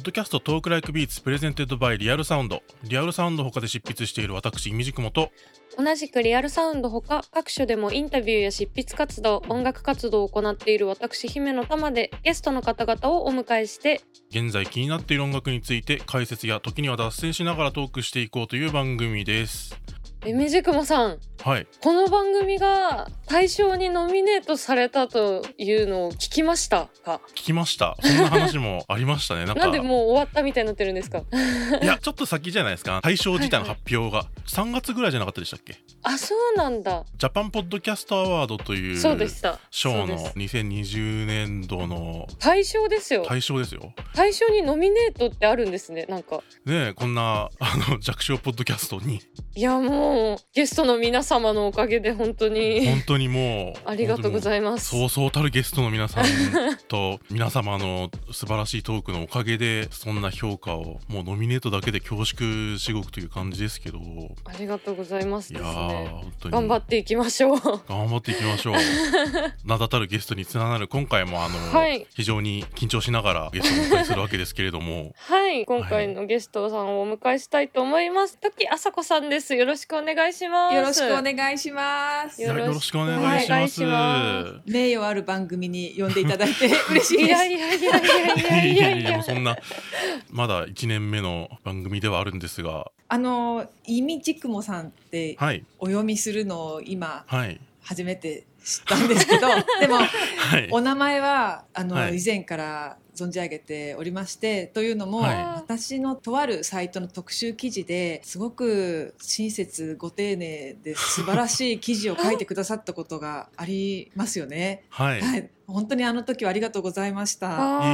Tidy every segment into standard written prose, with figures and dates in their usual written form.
ッドキャストトークライクビーツプレゼンテッドバイリアルサウンド。リアルサウンド他で執筆している私、イミジクモと、 同じくリアルサウンドほか各所でもインタビューや執筆活動、音楽活動を行っている私姫の玉でゲストの方々をお迎えして、 現在気になっている音楽について解説や時には脱線しながらトークしていこうという番組です。 みじくもさん、 はい、 この番組が大賞にノミネートされたというのを聞きましたか？ 聞きました。そんな話もありましたね。 なんでもう終わったみたいになってるんですか？ いや、ちょっと先じゃないですか。大賞自体の発表が3月ぐらいじゃなかったでしたっけ？ あ、そうなんだ。 ジャパンポッドキャストアワードというそうでした。 賞の2020年度の大賞ですよ。 大賞ですよ。 大賞にノミネートってあるんですね。なんかねえ、こんな弱小ポッドキャストに、 いやもうゲストの皆様のおかげで本当にもうありがとうございます。 そうそうたるゲストの皆さんと皆様の素晴らしいトークのおかげでそんな評価をもうノミネートだけで恐縮至極という感じですけど、 ありがとうございますですね。 いや本当に頑張っていきましょう。 頑張っていきましょう。名だたるゲストにつながる今回もはい、 非常に緊張しながらゲストをお迎えするわけですけれどもはい、今回のゲストさんをお迎えしたいと思います。時あさこさんです。よろしくお願いします。 よろしくお願いします。 よろしくお願いします。 名誉ある番組に呼んでいただいて嬉しいです。 いやそんなまだ1年目の番組ではあるんですが、 イミジクモさんってお読みするのを今、初めて知ったんですけどでも、お名前は以前から存じ上げておりまして、というのも、私のとあるサイトの特集記事ですごく親切ご丁寧で素晴らしい記事を書いてくださったことがありますよね。本当にあの時はありがとうございました。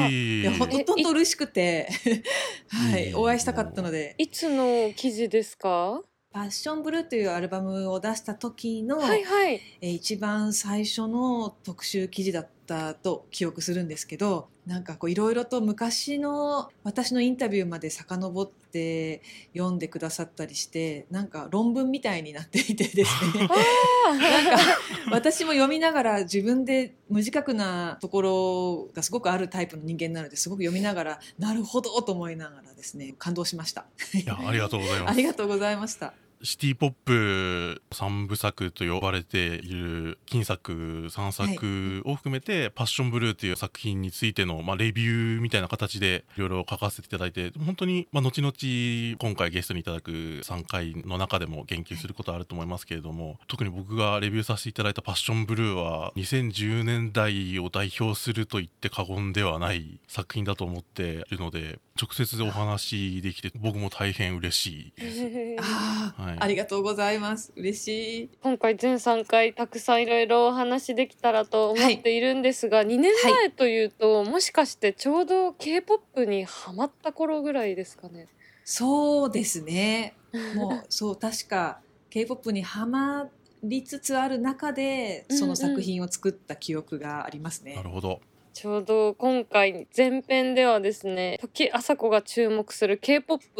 いや本当嬉しくてお会いしたかったので。 いつの記事ですか？ パッションブルーというアルバムを出した時の、一番最初の特集記事だったと記憶するんですけど、なんかいろいろと昔の私のインタビューまで遡って読んでくださったりして、なんか論文みたいになっていてですねなんか私も読みながら自分で無自覚なところがすごくあるタイプの人間なので、すごく読みながらなるほどと思いながらですね、感動しました。 いや、ありがとうございます。 ありがとうございました。 シティポップ3部作と呼ばれている金作3作を含めて、パッションブルーという作品についての、レビューみたいな形でいろいろ書かせていただいて、本当に、後々今回ゲストにいただく3回の中でも言及することはあると思いますけれども、特に僕がレビューさせていただいたパッションブルーは2010年代を代表すると言って過言ではない作品だと思っているので、直接お話できて僕も大変嬉しいです。 ありがとうございます。嬉しい。 今回全3回たくさんいろいろお話できたらと思っているんですが、2年前というと、もしかしてちょうど K-POP にハマった頃ぐらいですかね？ そうですね。もうそう、確か K-POP にハマりつつある中でその作品を作った記憶がありますね。 なるほど。 ちょうど今回前編ではですね、時あさこが注目する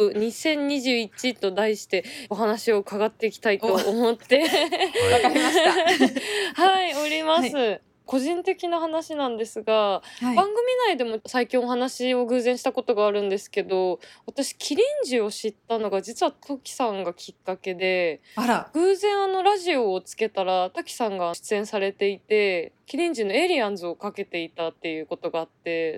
K-POP2021 と題してお話を伺っていきたいと思ってわかりましたおります。個人的な話なんですが、番組内でも最近お話を偶然したことがあるんですけど、私キリンジを知ったのが実はトキさんがきっかけで、偶然ラジオをつけたらトキさんが出演されていて、キリンジのエイリアンズをかけていたっていうことがあって、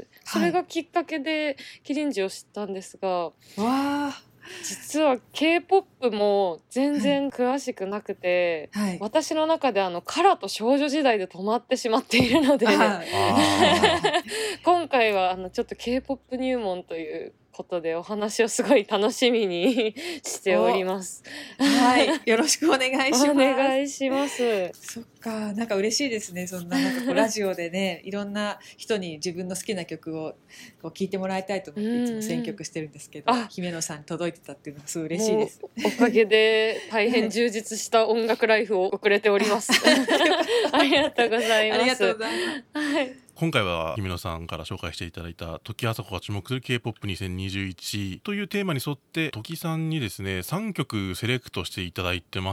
それがきっかけでキリンジを知ったんですが、実は K-POP も全然詳しくなくて、私の中でカラと少女時代で止まってしまっているので今回はちょっと K-POP 入門ということでお話をすごい楽しみにしております。 よろしくお願いします。 お願いします。 そっか、なんか嬉しいですね。そんなラジオでね、いろんな人に自分の好きな曲を聴いてもらいたいと思っていつも選曲してるんですけど、姫野さんに届いてたっていうのがすごい嬉しいです。 おかげで大変充実した音楽ライフを送れておりますありがとうございます。 ありがとうございます。 今回は姫野さんから紹介していただいた時あさこが注目する K-POP2021 というテーマに沿って時さんにですね3曲セレクトしていただいてます。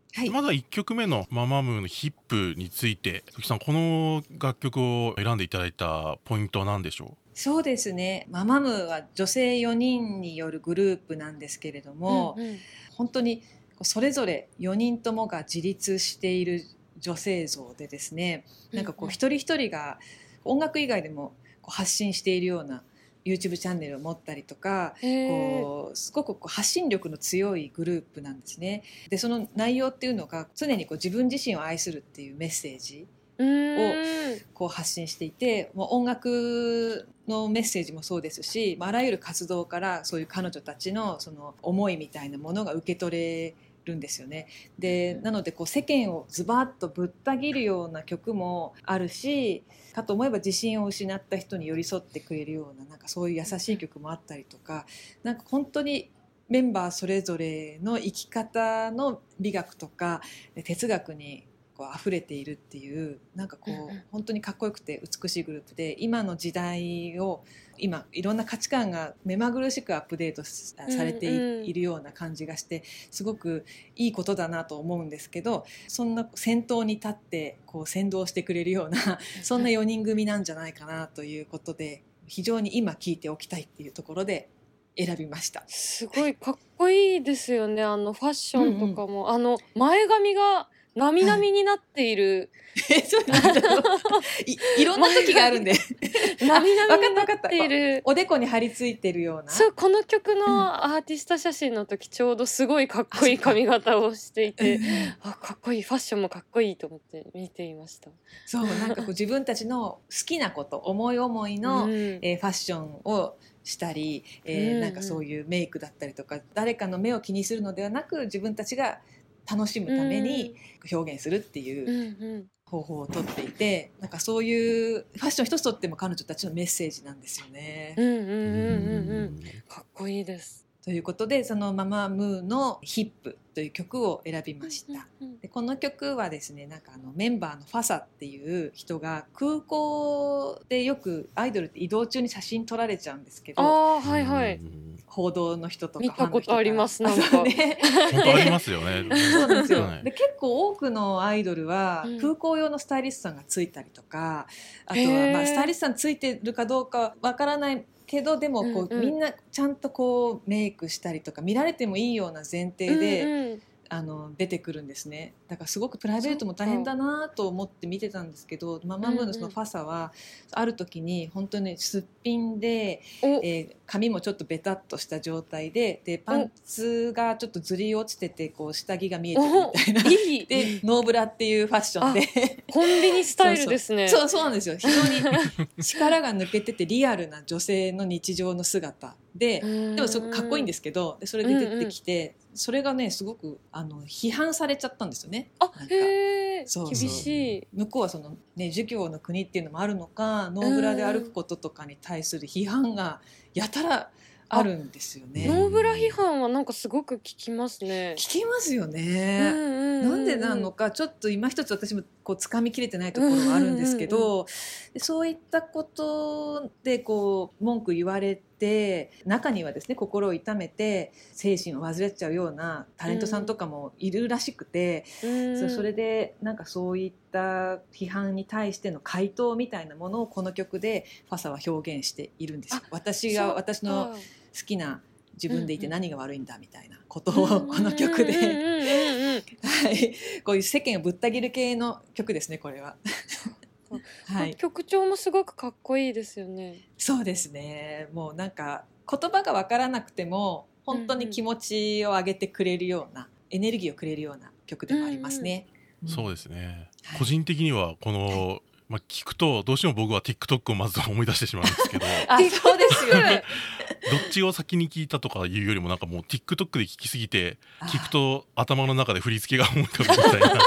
はい、 まずは1曲目のママムーのヒップについて、時さんこの楽曲を選んでいただいたポイントは何でしょう？ そうですね、ママムーは女性4人によるグループなんですけれども、本当にそれぞれ4人ともが自立している女性像でですね、なんかこう一人一人が音楽以外でも発信しているようなYouTube チャンネルを持ったりとか、すごく発信力の強いグループなんですね。でその内容っていうのが常に自分自身を愛するっていうメッセージを発信していて、もう音楽のメッセージもそうですし、あらゆる活動からそういう彼女たちのその思いみたいなものが受け取れるんですよね。でなので世間をズバッとぶった切るような曲もあるし、かと思えば自信を失った人に寄り添ってくれるような、なんかそういう優しい曲もあったりとか、なんか本当にメンバーそれぞれの生き方の美学とか哲学に溢れているっていう、なんか本当にかっこよくて美しいグループで、今の時代を今いろんな価値観が目まぐるしくアップデートされているような感じがして、すごくいいことだなと思うんですけど、そんな先頭に立って先導してくれるようなそんな4人組なんじゃないかなということで、非常に今聴いておきたいっていうところで選びました。 すごいかっこいいですよね。ファッションとかも、前髪がなみなみになっている、 そうなんだろういろんな時があるんでなみなみにな分かっている、 おでこに張り付いてるような。 そう、この曲のアーティスト写真の時ちょうどすごいかっこいい髪型をしていて、かっこいい、ファッションもかっこいいと思って見ていました。 そう、なんか自分たちの好きなこと、思い思いの、ファッションをしたり、なんかそういうメイクだったりとか、誰かの目を気にするのではなく自分たちが楽しむために表現するっていう方法をとっていて、なんかそういうファッション一つとっても彼女たちのメッセージなんですよね。 かっこいいです。 ということで、そのママムーのヒップという曲を選びました。でこの曲はですね、なんかメンバーのファサっていう人が空港でよくアイドルって移動中に写真撮られちゃうんですけど、 はいはい、 報道の人とか見たことあります。なんかね、本当ありますよね。 そうなんですよ。で結構多くのアイドルは空港用のスタイリストさんがついたりとか、あとはスタイリストさんついてるかどうかわからないけど、でもみんなちゃんとメイクしたりとか見られてもいいような前提で、出てくるんですね。だからすごくプライベートも大変だなと思って見てたんですけど、ママムーのそのファサはある時に本当にすっぴんで、髪もちょっとベタっとした状態で、パンツがちょっとずり落ちてて下着が見えてるみたいなでノーブラっていうファッションでコンビニスタイルですね。 そうなんですよ。非常に力が抜けててリアルな女性の日常の姿でもすごくかっこいいんですけでそれで出てきて、それがねすごく批判されちゃったんですよね。 厳しい。 向こうはその、儒教の国っていうのもあるのか、ノーブラで歩くこととかに対する批判がやたらあるんですよね。 ノーブラ批判はなんかすごく聞きますね。 聞きますよね。なんでなのかちょっと今一つ私もつかみきれてないところはあるんですけど、そういったことで文句言われて、中にはですね心を痛めて精神を患っちゃうようなタレントさんとかもいるらしくて、それでなんかそういった批判に対しての回答みたいなものをこの曲でファサは表現しているんですよ。私の好きな自分でいて何が悪いんだみたいなことをこの曲でこういう世間をぶった切る系の曲ですね、これは。 曲調もすごくかっこいいですよね。 そうですね。もうなんか言葉が分からなくても本当に気持ちを上げてくれるような、エネルギーをくれるような曲でもありますね。 そうですね。個人的にはこの、聞くとどうしても僕は TikTok をまず思い出してしまうんですけどそうですよね。 どっちを先に聞いたとかいうよりも、なんかもう TikTok で聞きすぎて聞くと頭の中で振り付けが思い浮かぶみたいな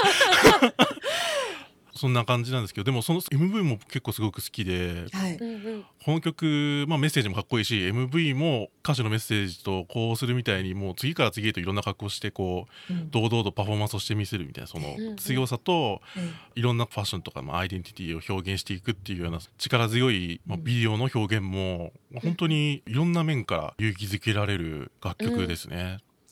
そんな感じなんですけど、でもその MV も結構すごく好きで、この曲、メッセージもかっこいいし MV も歌詞のメッセージとこうするみたいに、もう次から次へといろんな格好して堂々とパフォーマンスをしてみせるみたいな、その強さといろんなファッションとかアイデンティティを表現していくっていうような力強いビデオの表現も本当にいろんな面から勇気づけられる楽曲ですね。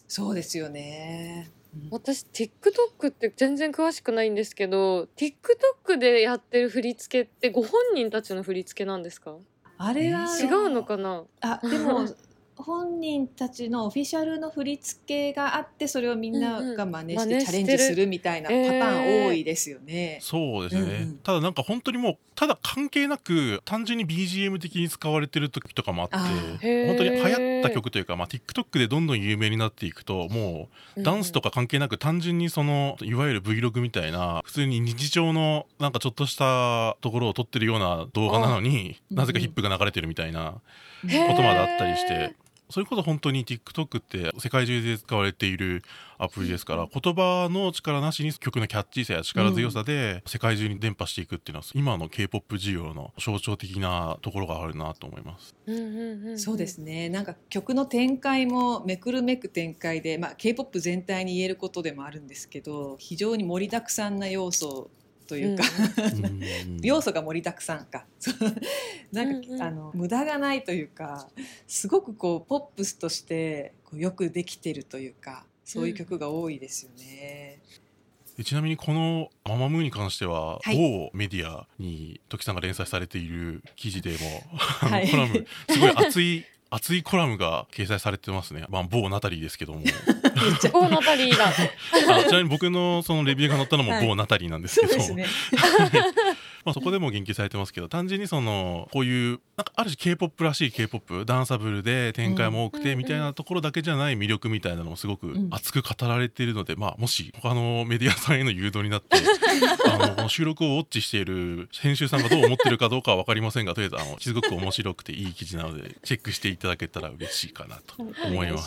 そうですよね。 私 TikTok って全然詳しくないんですけど、 TikTok でやってる振り付けってご本人たちの振り付けなんですか？ あれは違うのかな。 でも本人たちのオフィシャルの振り付けがあって、それをみんなが真似してチャレンジするみたいなパターン多いですよね。 そうですね、ただなんか本当にもうただ関係なく単純に BGM 的に使われてる時とかもあって、本当に流行った曲というか、TikTok でどんどん有名になっていくと、もうダンスとか関係なく単純にそのいわゆる Vlog みたいな普通に日常のなんかちょっとしたところを撮ってるような動画なのに、なぜかヒップが流れてるみたいなことまであったりして、それこそ本当に TikTok って世界中で使われているアプリですから、言葉の力なしに曲のキャッチーさや力強さで世界中に伝播していくっていうのは、今の K-POP 需要の象徴的なところがあるなと思います。 そうですね。なんか曲の展開もめくるめく展開で、K-POP 全体に言えることでもあるんですけど、非常に盛りだくさんな要素というか、要素が盛りだくさんかなんか、無駄がないというか、すごくこうポップスとしてこうよくできてるというか、そういう曲が多いですよね。 ちなみにこのママムーに関しては、某メディアにトキさんが連載されている記事でもコラム、すごい熱いコラムが掲載されてますね。某ナタリーですけども某ナタリーだちなみに僕のそのレビューが載ったのも某ナタリーなんですけど、 そうですねそこでも言及されてますけど、単純にそのこういうなんかある種 K-POP らしい K-POP ダンサブルで展開も多くてみたいなところだけじゃない魅力みたいなのもすごく熱く語られているので、もし他のメディアさんへの誘導になってこの収録をウォッチしている編集さんがどう思ってるかどうかは分かりませんが、とりあえずすごく面白くていい記事なのでチェックしていただけたら嬉しいかなと思います。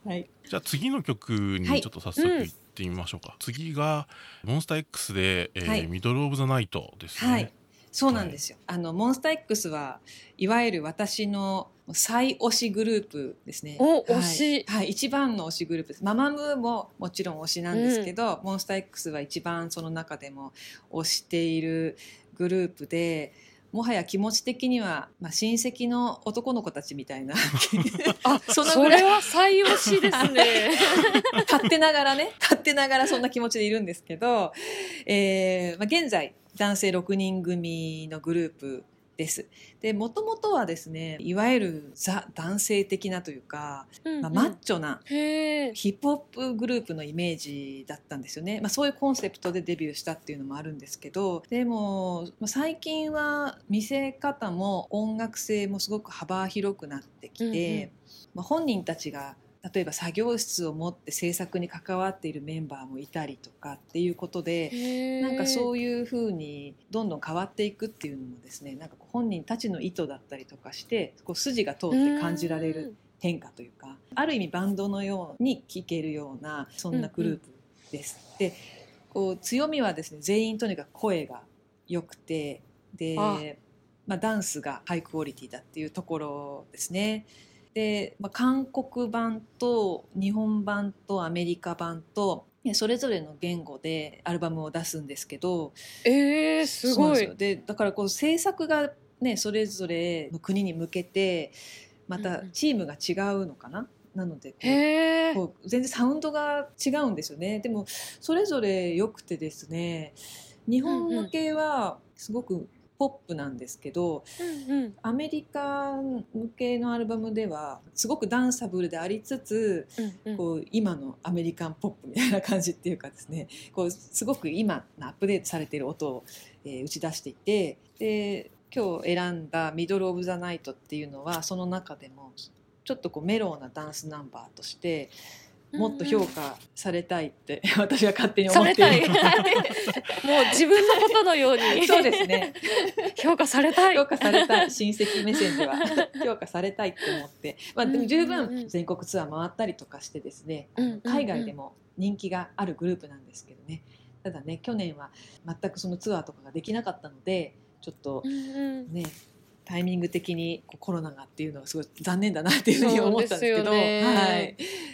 じゃあ次の曲にちょっと早速いってみましょうか。次がモンスター X で、ミドルオブザナイトですね。 そうなんですよ。モンスター X はいわゆる私の最推しグループですね。 推し、 一番の推しグループです。ママムーももちろん推しなんですけど、モンスター X は一番その中でも推しているグループで、もはや気持ち的には、親戚の男の子たちみたいなそれは最推しですね勝手ながらそんな気持ちでいるんですけど、現在男性6人組のグループです。で、もともとはですね、いわゆるザ男性的なというか、マッチョなヒップホップグループのイメージだったんですよね。そういうコンセプトでデビューしたっていうのもあるんですけど、でも最近は見せ方も音楽性もすごく幅広くなってきて、本人たちが例えば作業室を持って制作に関わっているメンバーもいたりとかっていうことで、なんかそういう風にどんどん変わっていくっていうのもですね、なんか本人たちの意図だったりとかしてこう筋が通って感じられる変化というか、ある意味バンドのように聴けるようなそんなグループです。で、こう強みはですね、全員とにかく声が良くて、で、ダンスがハイクオリティだっていうところですね。で、韓国版と日本版とアメリカ版とそれぞれの言語でアルバムを出すんですけど、 すごい。 でだからこう制作がね、それぞれの国に向けてまたチームが違うのかな、なのでこう全然サウンドが違うんですよね。でもそれぞれ良くてですね、日本向けはすごくポップなんですけど、アメリカ向けのアルバムではすごくダンサブルでありつつ、こう今のアメリカンポップみたいな感じっていうかですね、こうすごく今のアップデートされている音を、打ち出していて、で今日選んだミドルオブザナイトっていうのはその中でもちょっとこうメローなダンスナンバーとしてもっと評価されたいって私は勝手に思っている。もう自分のことのようにそうですね、 評価されたい親戚目線では評価されたいって思って、でも十分全国ツアー回ったりとかしてですね、海外でも人気があるグループなんですけどね。ただね、去年は全くそのツアーとかができなかったので、ちょっとね、タイミング的にコロナがっていうのはすごい残念だなっていうふうに思ったんですけど、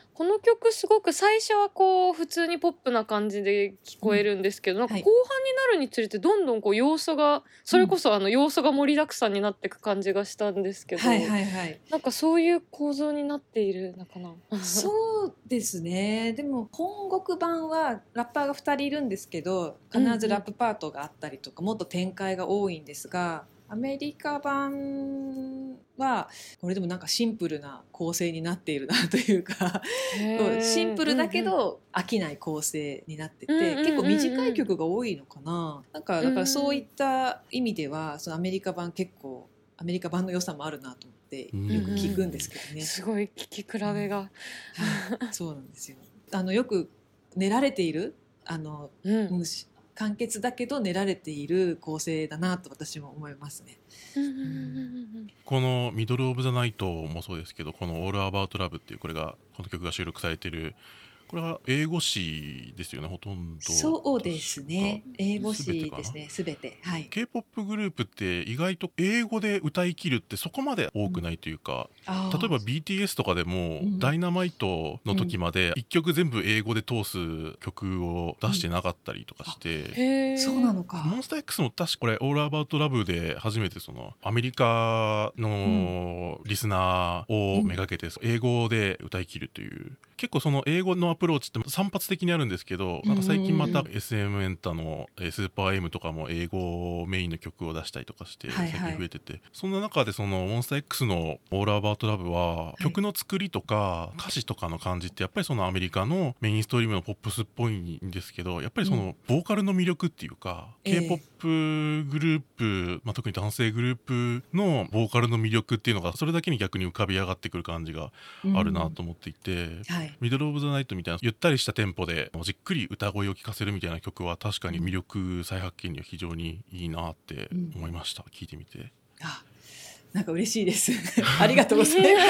この曲すごく最初はこう普通にポップな感じで聞こえるんですけど、なんか後半になるにつれてどんどんこう要素がそれこそ要素が盛りだくさんになっていく感じがしたんですけど、なんかそういう構造になっているのかな。 そうですね。でも本国版はラッパーが2人いるんですけど、必ずラップパートがあったりとか、もっと展開が多いんですが、アメリカ版はこれでもなんかシンプルな構成になっているなというかシンプルだけど飽きない構成になってて、結構短い曲が多いのかな。なんかだからそういった意味ではそのアメリカ版結構アメリカ版の良さもあるなと思ってよく聞くんですけどね。 すごい聞き比べが、 そうなんですよ。よく練られている簡潔だけど練られている構成だなと私も思いますね。 このミドルオブザナイトもそうですけど、このオールアバウトラブっていうこの曲が収録されている、これは英語詞ですよね、ほとんど。 そうですね、英語詞ですね、すべて。はい、 K-POP グループって意外と英語で歌い切るってそこまで多くないというか、例えば BTS とかでも、ダイナマイトの時まで1曲全部英語で通す曲を出してなかったりとかして、 そうなのか。 モンスター X も確かこれオールアバウトラブで初めてそのアメリカのリスナーをめがけて英語で歌い切るという、結構その英語のアプローチって散発的にあるんですけど、なんか最近また SM エンタのスーパー M とかも英語メインの曲を出したりとかして最近増えてて、そんな中でそのモンスター X のオールアバウトラブは曲の作りとか歌詞とかの感じってやっぱりそのアメリカのメインストリームのポップスっぽいんですけど、やっぱりそのボーカルの魅力っていうか、K-POP グループ、特に男性グループのボーカルの魅力っていうのがそれだけに逆に浮かび上がってくる感じがあるなと思っていて、ミドルオブザナイトみたいなゆったりしたテンポでじっくり歌声を聴かせるみたいな曲は確かに魅力再発見には非常にいいなって思いました、聞いてみて。 なんか嬉しいですありがとうございます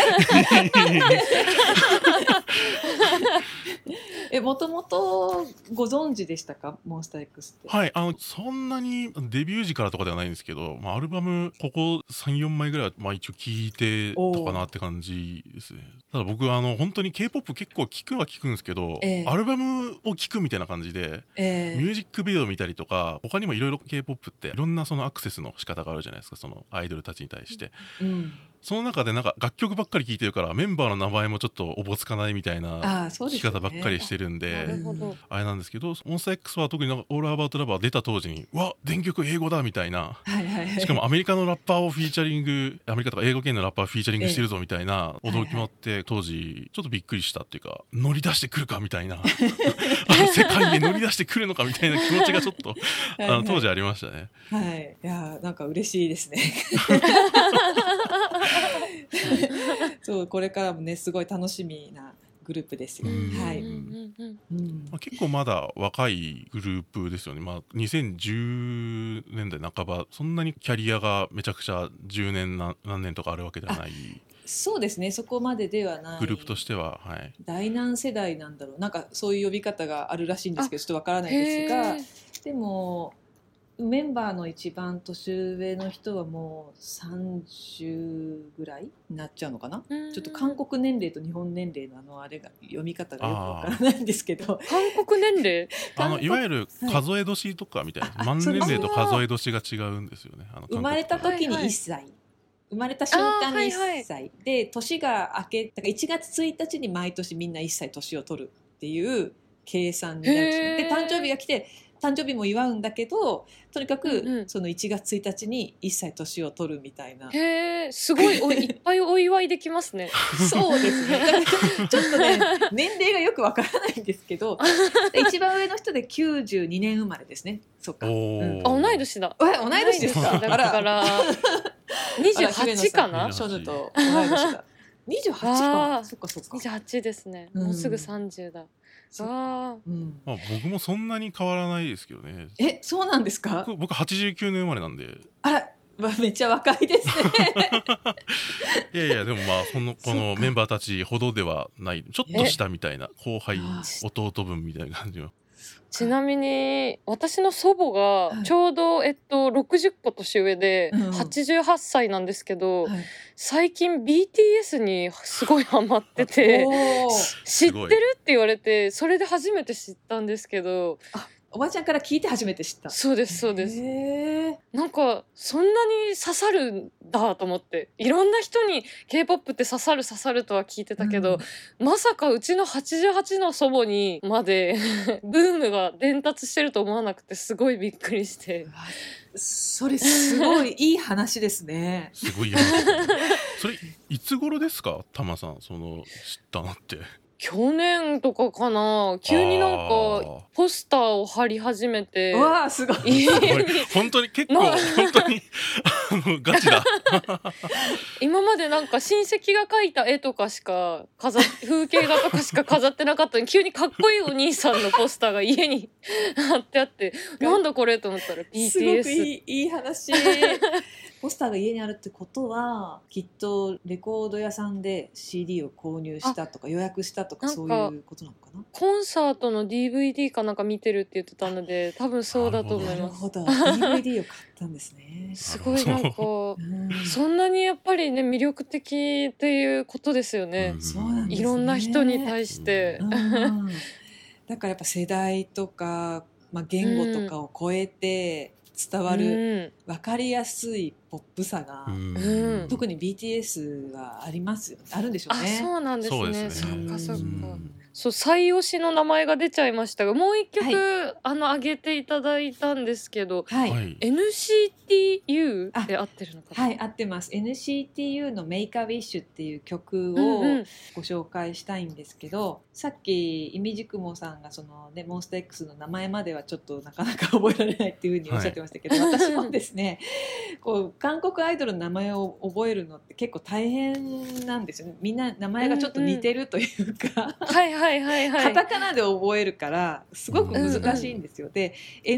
もともとご存知でしたか、モンスター X って。 はい、そんなにデビュー時からとかではないんですけど、アルバムここ 3,4 枚ぐらいは一応聴いてたかなって感じですね。ただ僕本当に K-POP 結構聴くは聴くんですけど、アルバムを聴くみたいな感じで、ミュージックビデオ見たりとか、他にもいろいろ K-POP っていろんなそのアクセスの仕方があるじゃないですか、そのアイドルたちに対して。その中でなんか楽曲ばっかり聴いてるからメンバーの名前もちょっとおぼつかないみたいな聴き方ばっかりしてるんで、あれなんですけど、モンスター X は特になんかオールアバウトラバー出た当時に電曲英語だみたいな、しかもアメリカのラッパーをフィーチャリング、アメリカとか英語圏のラッパーをフィーチャリングしてるぞみたいな驚きもあって、当時ちょっとびっくりしたっていうか、乗り出してくるかみたいな世界に乗り出してくるのかみたいな気持ちがちょっと当時ありましたね。 いやなんか嬉しいですねそう、これからもねすごい楽しみなグループですよ。 結構まだ若いグループですよね。2010年代半ば、そんなにキャリアがめちゃくちゃ10年何年とかあるわけではない。 そうですね、そこまでではないグループとしては、 第何世代なんだろう、なんかそういう呼び方があるらしいんですけどちょっとわからないですが、でもメンバーの一番年上の人はもう30ぐらいになっちゃうのかな。ちょっと韓国年齢と日本年齢のあれが読み方がよくわからないんですけど、 韓国年齢いわゆる数え年とかみたいな、満年齢と数え年が違うんですよね。 生まれた時に1歳、生まれた瞬間に1歳で、年が明けだから1月1日に毎年みんな1歳年を取るっていう計算になるんですよ。で誕生日が来て誕生日も祝うんだけど、とにかくその1月1日に1歳年を取るみたいな。 へー、すごいいっぱいお祝いできますねそうですねちょっとね年齢がよくわからないんですけど一番上の人で92年生まれですね。そっか、 同い年だ。 同い年ですか。 だから28かな。 少女と同い年だ。28か。そっかそっか。 28ですね。もうすぐ30だ。 僕もそんなに変わらないですけどね。 そうなんですか。 僕89年生まれなんで。 あら、めっちゃ若いですねいやでもこのメンバーたちほどではない、ちょっと下みたいな後輩弟分みたいな感じの。 ちなみに私の祖母がちょうど、60個年上で88歳なんですけど、はい、最近 BTS にすごいハマってて知ってるって言われて、それで初めて知ったんですけど。 おばあちゃんから聞いて初めて知った。 そうですそうです。なんかそんなに刺さるんだと思って、いろんな人に K-POP って刺さるとは聞いてたけど、まさかうちの88の祖母にまでブームが伝達してると思わなくて、すごいびっくりして。 それすごいいい話ですね。 すごいいい話。それいつ頃ですか、たまさん、その知ったのって。 去年とかかな。急になんかポスターを貼り始めて。 わあすごい。 本当に結構本当にガチだ。 今までなんか親戚が描いた絵とかしか風景画とかしか飾ってなかったのに、急にかっこいいお兄さんのポスターが家に貼ってあって、なんだこれと思ったら BTS。 すごくいい話。ポスターが家にあるってことは、きっとレコード屋さんで CD を購入したとか予約したとか、そういうことなのかな。 コンサートの DVD かなんか見てるって言ってたので、多分そうだと思います。なるほど。DVD を買ったんですね。 すごいなんかそんなにやっぱりね魅力的っていうことですよね。 そうなんですね。 いろんな人に対して。 だからやっぱ世代とか、言語とかを超えて伝わる分かりやすいポップさが、特に BTS はありますよ。あるんでしょうね。 そうなんですね。そっかそっか。そう、最推しの名前が出ちゃいましたが、もう一曲、挙げていただいたんですけど、NCTU で合ってるのかな。 はい、合ってます。NCTU の Make a Wish っていう曲をご紹介したいんですけど、さっきイミジクモさんがそのね、モンスター X の名前まではちょっとなかなか覚えられないっていうふうにおっしゃってましたけど、私もですね、こう韓国アイドルの名前を覚えるのって結構大変なんですよね。みんな名前がちょっと似てるというか、カタカナで覚えるからすごく難しいんですよ。で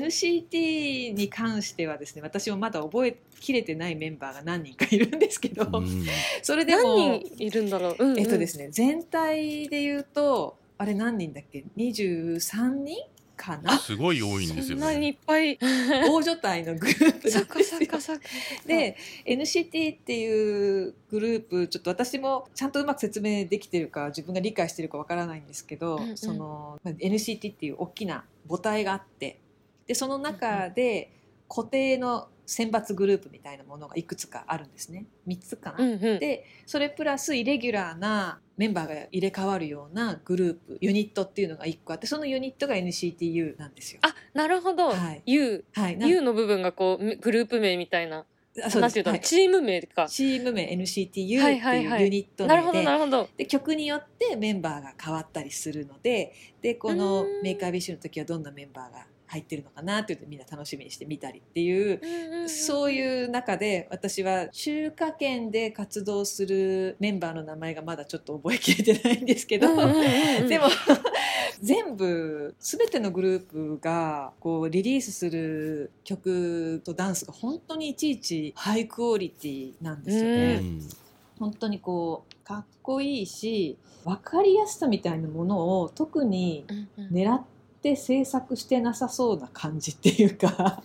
NCT に関してはですね、私もまだ覚えきれてないメンバーが何人かいるんですけど、それでも何人いるんだろう。 ですね、全体で言うとあれ何人だっけ、23人かな。 すごい多いんですよね。 そんなにいっぱい大所帯のグループなんですよ。 そっかで NCT っていうグループ、ちょっと私もちゃんとうまく説明できてるか自分が理解してるかわからないんですけど、その NCT っていう大きな母体があって、でその中で固定の選抜グループみたいなものがいくつかあるんですね。3つかな。でそれプラスイレギュラーなメンバーが入れ替わるようなグループ、ユニットっていうのが1個あって、そのユニットが NCTU なんですよ。 あ、なるほど。U の部分がこうグループ名みたいな。なんていうの、チーム名か。 チーム名 NCTU っていうユニット名で、 なるほど。 で曲によってメンバーが変わったりするので、でこのメーカービッシュの時はどんなメンバーが入ってるのかなっていうのをみんな楽しみにして見たりっていう、そういう中で私は中華圏で活動するメンバーの名前がまだちょっと覚えきれてないんですけど、でも全てのグループがこうリリースする曲とダンスが本当にいちいちハイクオリティなんですよね。本当にこうかっこいいし、分かりやすさみたいなものを特に狙って制作してなさそうな感じっていうか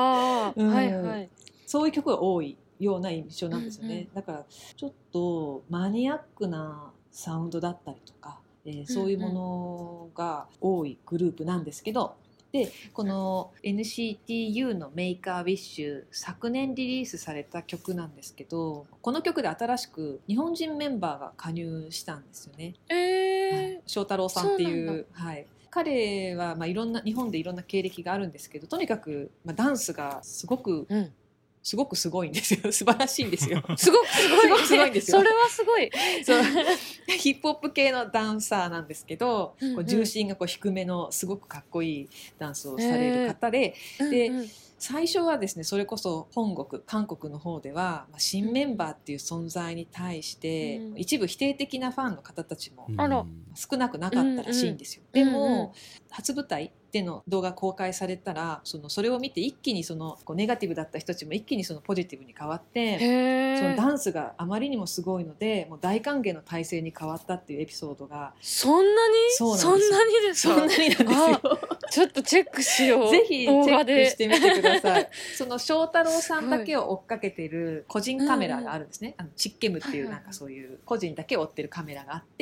そういう曲が多いような印象なんですよね。だからちょっとマニアックなサウンドだったりとか、そういうものが多いグループなんですけど、でこの NCTU の Make a Wish 昨年リリースされた曲なんですけど、この曲で新しく日本人メンバーが加入したんですよね。翔太郎さんっていう、彼は日本でいろんな経歴があるんですけど、とにかくダンスがすごくすごいんですよ。素晴らしいんですよ。 すごくすごいんですよ。それはすごい。 ヒップホップ系のダンサーなんですけど、こう重心がこう低めのすごくかっこいいダンスをされる方で、最初はですね、それこそ本国韓国の方では新メンバーっていう存在に対して一部否定的なファンの方たちも少なくなかったらしいんですよ。でも初舞台での動画公開されたら、それを見て一気にこうネガティブだった人たちも一気にポジティブに変わって、そのダンスがあまりにもすごいのでもう大歓迎の体制に変わったっていうエピソードが。 そんなにですか？ そんなになんですよ。 ちょっとチェックしよう。 ぜひチェックしてみてください。その翔太郎さんだけを追っかけてる個人カメラがあるんですね。チッケムっていうなんかそういう個人だけ追ってるカメラがあって、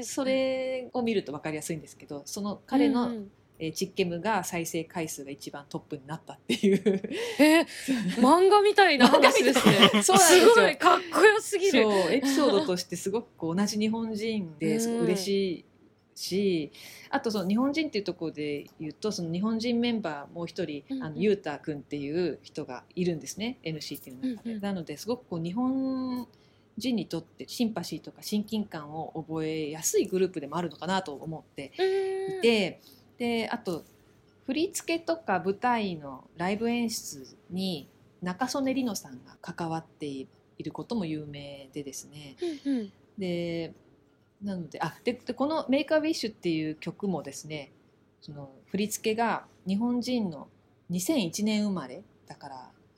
それを見ると分かりやすいんですけど、その彼の、チッケムが再生回数が一番トップになったっていう漫画みたいな話ですね。 そうなんですよ。 すごいかっこよすぎる。 そうエピソードとしてすごく同じ日本人ですごく嬉しいし、あとその日本人っていうところで言うと、その日本人メンバーもう一人、ゆうたくんっていう人がいるんですね、 NCT の中で。なのですごくこう日本人にとってシンパシーとか親近感を覚えやすいグループでもあるのかなと思っていて、であと振り付けとか舞台のライブ演出に中曽根里乃さんが関わっていることも有名でですね、でなのででこの「メイクアウィッシュ」っていう曲もですね、その振り付けが日本人の2001年生まれだから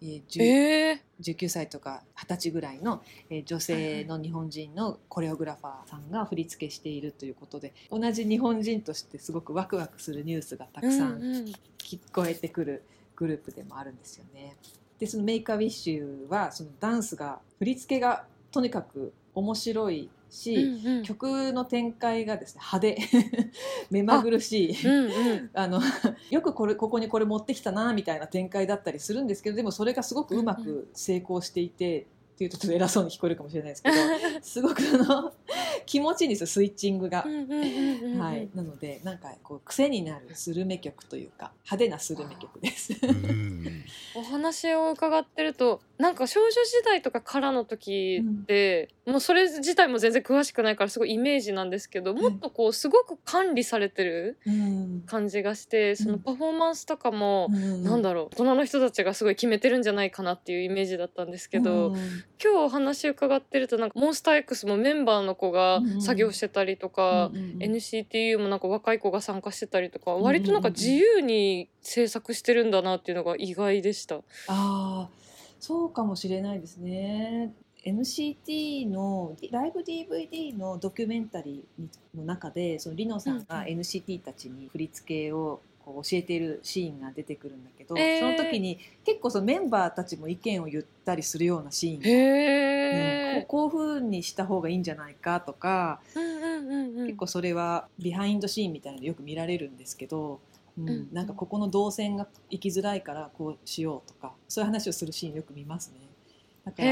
、19歳とか20歳ぐらいの女性の日本人のコレオグラファーさんが振り付けしているということで、同じ日本人としてすごくワクワクするニュースがたくさん聞こえてくるグループでもあるんですよね。でそのメイクアウィッシュはそのダンスが振り付けがとにかく面白いし、曲の展開がですね派手目まぐるしいよくここにこれ持ってきたなみたいな展開だったりするんですけど、でもそれがすごくうまく成功していて、っていうとちょっと偉そうに聞こえるかもしれないですけどすごく気持ちいいんですよ、スイッチングが。はい、なのでなんかこう癖になるスルメ曲というか派手なスルメ曲ですお話を伺ってると、なんか少女時代とかからの時って、もうそれ自体も全然詳しくないからすごいイメージなんですけど、もっとこうすごく管理されてる感じがして、そのパフォーマンスとかも、なんだろう、大人の人たちがすごい決めてるんじゃないかなっていうイメージだったんですけど、今日お話伺ってるとなんかモンスター X もメンバーの子が作業してたりとか、NCTU もなんか若い子が参加してたりとか、割となんか自由に制作してるんだなっていうのが意外でした。 そうかもしれないですね。NCT のライブ DVD のドキュメンタリーの中で、そのリノさんが NCT たちに振り付けをこう教えているシーンが出てくるんだけど、その時に結構そのメンバーたちも意見を言ったりするようなシーンが、こういう風にした方がいいんじゃないかとか、結構それはビハインドシーンみたいなのでよく見られるんですけど、なんかここの動線が行きづらいからこうしようとか、そういう話をするシーンよく見ますね。だから、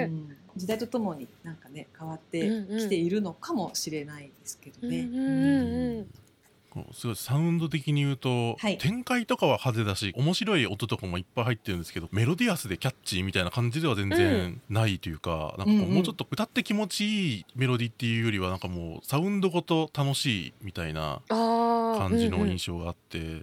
時代とともになんかね変わってきているのかもしれないですけどね。 すごいサウンド的に言うと、展開とかは派手だし面白い音とかもいっぱい入ってるんですけど、メロディアスでキャッチーみたいな感じでは全然ないというか、なんかもうちょっと歌って気持ちいいメロディっていうよりはなんかもうサウンドごと楽しいみたいな感じの印象があって、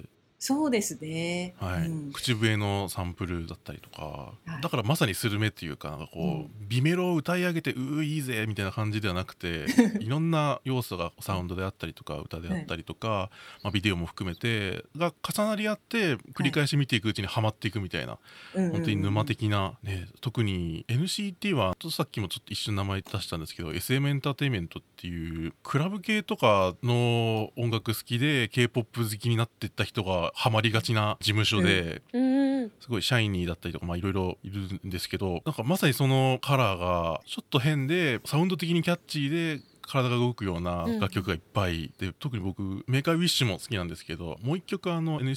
そうですね、 口笛のサンプルだったりとか、だからまさにスルメっていうか、なんかこう、美メロを歌い上げていいぜみたいな感じではなくていろんな要素がサウンドであったりとか歌であったりとか、ビデオも含めてが重なり合って繰り返し見ていくうちにはまっていくみたいな、本当に沼的な、特に NCT はさっきもちょっと一瞬名前出したんですけど SM エンターテインメントっていうクラブ系とかの音楽好きで K-POP 好きになっていった人がハマりがちな事務所で、すごいシャイニーだったりとかいろいろいるんですけど、なんかまさにそのカラーがちょっと変でサウンド的にキャッチーで体が動くような楽曲がいっぱいで、特に僕メーカーウィッシュも好きなんですけど、もう一曲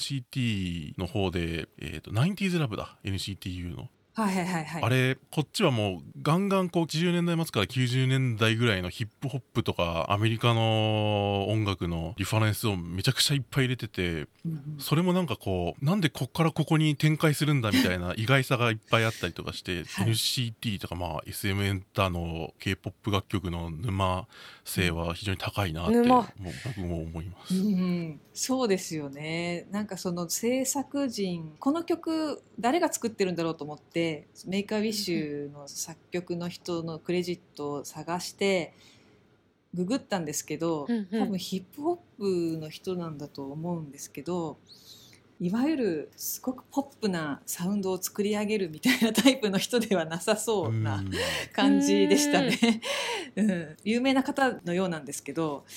NCT の方で、90s ラブだ NCTU の。あれこっちはもうガンガンこう80年代末から90年代ぐらいのヒップホップとかアメリカの音楽のリファレンスをめちゃくちゃいっぱい入れてて、それもなんかこうなんでこっからここに展開するんだみたいな意外さがいっぱいあったりとかして、NCT とかSM エンタの K-POP 楽曲の沼性は非常に高いなって僕も思います。 そうですよね。なんかその制作陣、この曲誰が作ってるんだろうと思ってメイクアウィッシュの作曲の人のクレジットを探してググったんですけど、多分ヒップホップの人なんだと思うんですけど、いわゆるすごくポップなサウンドを作り上げるみたいなタイプの人ではなさそうな感じでしたね。有名な方のようなんですけど、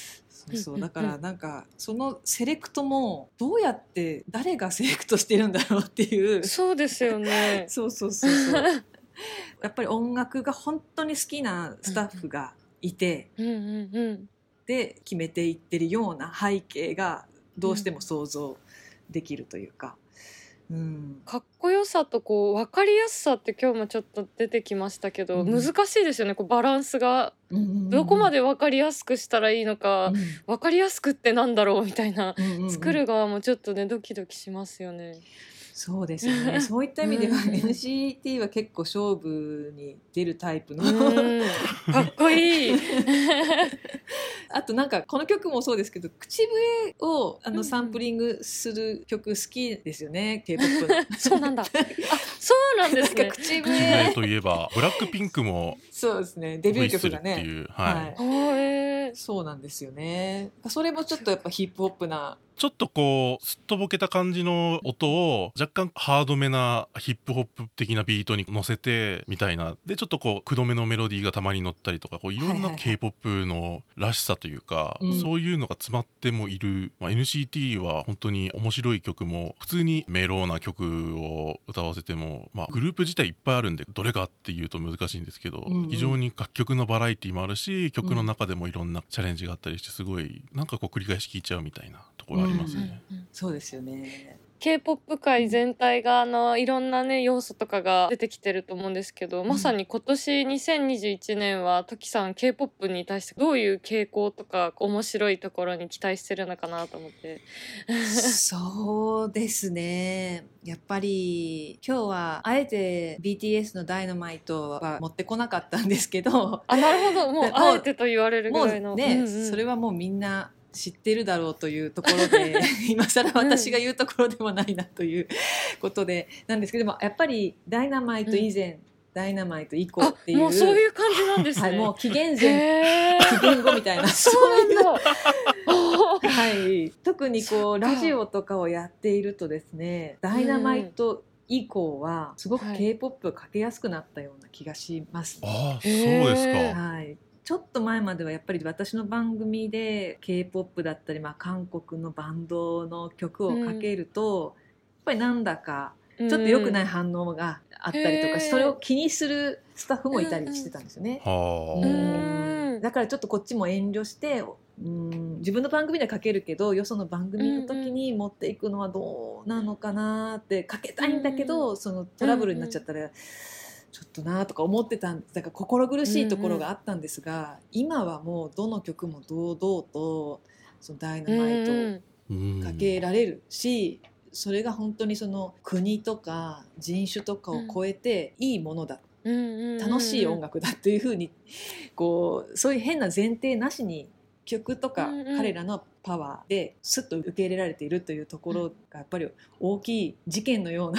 そうだからなんかそのセレクトもどうやって誰がセレクトしてるんだろうっていうそうですよねそうやっぱり音楽が本当に好きなスタッフがいて、で決めていってるような背景がどうしても想像できるというか、 かっこよさとこう分かりやすさって今日もちょっと出てきましたけど、難しいですよね、こうバランスが、どこまで分かりやすくしたらいいのか、分かりやすくってなんだろうみたいな、作る側もちょっとねドキドキしますよね。 そうですよね。そういった意味では NCT は結構勝負に出るタイプのかっこいいあとなんかこの曲もそうですけど、口笛をサンプリングする曲好きですよね、K-POP そうなんだ。あ、そうなんですね。 口笛といえばブラックピンクもそうですね、デビュー曲がね、そうなんですよね。それもちょっとやっぱヒップホップな、 ちょっとこうすっとぼけた感じの音を若干ハードめなヒップホップ的なビートに乗せてみたいな、でちょっとこうくどめのメロディーがたまに乗ったりとか、こういろんな K-POP のらしさというか、そういうのが詰まってもいる、NCT は本当に面白い曲も普通にメローな曲を歌わせても、グループ自体いっぱいあるんでどれかっていうと難しいんですけど、非常に楽曲のバラエティもあるし、曲の中でもいろんなチャレンジがあったりして、すごいなんかこう繰り返し聴いちゃうみたいなところありますね。 そうですよね。 K-POP 界全体がいろんなね要素とかが出てきてると思うんですけど、まさに今年2021年はトキさん K-POP に対してどういう傾向とか面白いところに期待してるのかなと思ってそうですね、やっぱり今日はあえて BTS のダイナマイトは持ってこなかったんですけど、 なるほど、もうあえてと言われるぐらいの、 もうね、それはもうみんな知ってるだろうというところで今更私が言うところでもないなということでなんですけども、やっぱりダイナマイト以前、ダイナマイト以降っていう、 もうそういう感じなんですね。 もう紀元前紀元後みたいなそうなんだはい、特にこうラジオとかをやっているとですね、ダイナマイト以降はすごく K-POP をかけやすくなったような気がしますね。 そうですか。 はい、ちょっと前まではやっぱり私の番組で K-POP だったり、韓国のバンドの曲をかけると、やっぱりなんだかちょっと良くない反応があったりとか、それを気にするスタッフもいたりしてたんですよね。だからちょっとこっちも遠慮して自分の番組でかけるけどよその番組の時に持っていくのはどうなのかなってかけたいんだけど、そのトラブルになっちゃったらちょっとなとか思ってたんです。だから心苦しいところがあったんですが、今はもうどの曲も堂々とそのダイナマイトをかけられるし、それが本当にその国とか人種とかを超えていいものだ、楽しい音楽だというふうにこうそういう変な前提なしに曲とか彼らのパワーでスッと受け入れられているというところがやっぱり大きい事件のような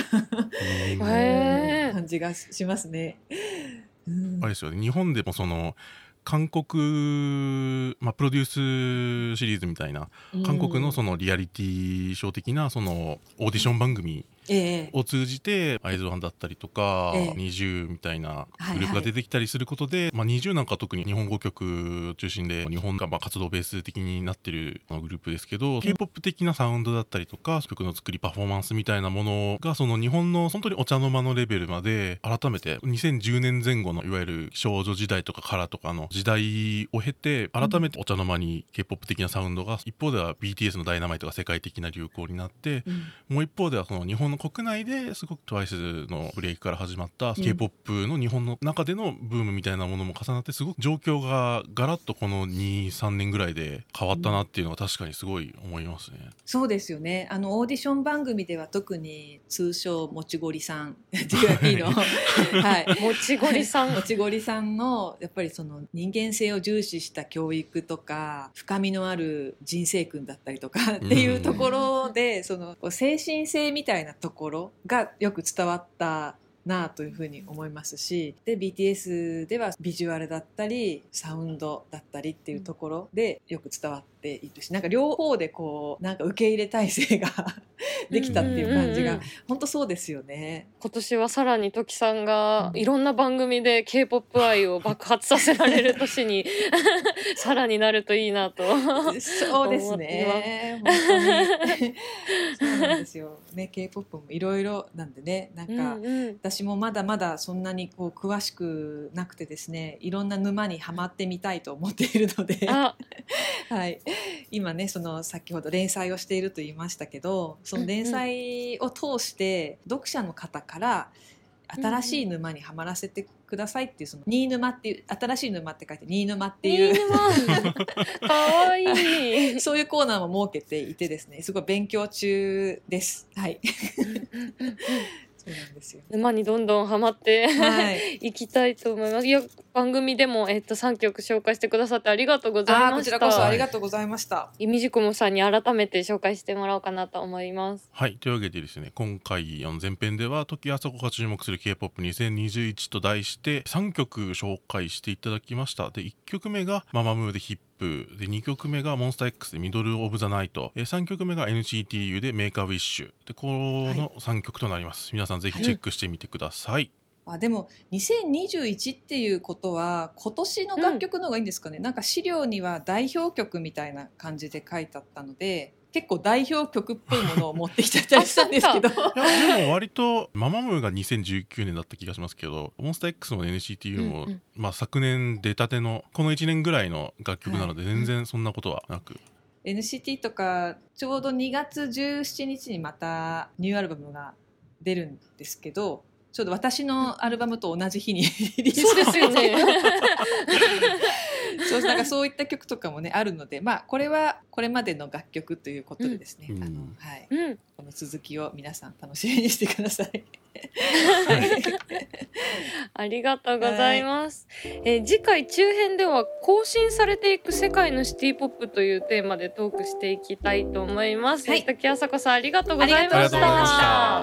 感じがしますね。 あれですよね、日本でもその韓国、プロデュースシリーズみたいな韓国のそのリアリティショー的なそのオーディション番組を通じてアイズワンだったりとかNiziUみたいなグループが出てきたりすることで、NiziUなんか特に日本語曲中心で日本が活動ベース的になってるグループですけど、K-POP 的なサウンドだったりとか曲の作りパフォーマンスみたいなものがその日本の本当にお茶の間のレベルまで改めて2010年前後のいわゆる少女時代とかカラーとかの時代を経て改めてお茶の間に K-POP 的なサウンドが、一方では BTS のダイナマイトが世界的な流行になって、もう一方ではその日本の国内ですごく TWICE のブレイクから始まった K-POP の日本の中でのブームみたいなものも重なって、すごく状況がガラッとこの 2,3 年ぐらいで変わったなっていうのが確かにすごい思いますね。 そうですよね。オーディション番組では特に通称もちごりさん JYP のもちごりさんもちごりさんのやっぱりその人間性を重視した教育とか深みのある人生訓だったりとかっていうところで、その精神性みたいなところがよく伝わったなというふうに思いますし、で BTS ではビジュアルだったりサウンドだったりっていうところでよく伝わってているし、なんか両方でこうなんか受け入れ体制ができたっていう感じが、本当そうですよね。 今年はさらにトキさんがいろんな番組で K-POP 愛を爆発させられる年にさらになるといいなとそうですね、本当にそうなんですよね。 K-POP もいろいろなんでね、なんか、私もまだまだそんなにこう詳しくなくてですね、いろんな沼にはまってみたいと思っているのではい、今ねその先ほど連載をしていると言いましたけど、その連載を通して読者の方から新しい沼にはまらせてくださいっていう、そのニー沼っていう、新しい沼って書いてニー沼っていうかわいいそういうコーナーも設けていてですね、すごい勉強中です。はいそうなんですよ。 沼にどんどんハマって、いきたいと思います。いや、番組でも、3曲紹介してくださってありがとうございました。 こちらこそありがとうございました。 いみじくもさんに改めて紹介してもらおうかなと思います。 はい、というわけでですね、今回前編では時あさこが注目する K-POP2021 と題して3曲紹介していただきました。で、1曲目がママムーでヒップで、2曲目がモンスター X でミドルオブザナイト、3曲目が NCTU でメイクアウィッシュで、この3曲となります。皆さんぜひチェックしてみてください。 でも2021っていうことは今年の楽曲の方がいいんですかね。なんか資料には代表曲みたいな感じで書いてあったので、結構代表曲っぽいものを持ってきちゃったりしたんですけどでも割とママムーが2019年だった気がしますけど、モンスター X も NCTU も、昨年出たてのこの1年ぐらいの楽曲なので、全然そんなことはなく、 NCT とかちょうど2月17日にまたニューアルバムが出るんですけど、ちょうど私のアルバムと同じ日にリリース。 そうですよねなんかそういった曲とかもねあるので、これはこれまでの楽曲ということでですね、この続きを皆さん楽しみにしてくださいありがとうございます。次回中編では更新されていく世界のシティポップというテーマでトークしていきたいと思います。時あさこさんありがとうございました。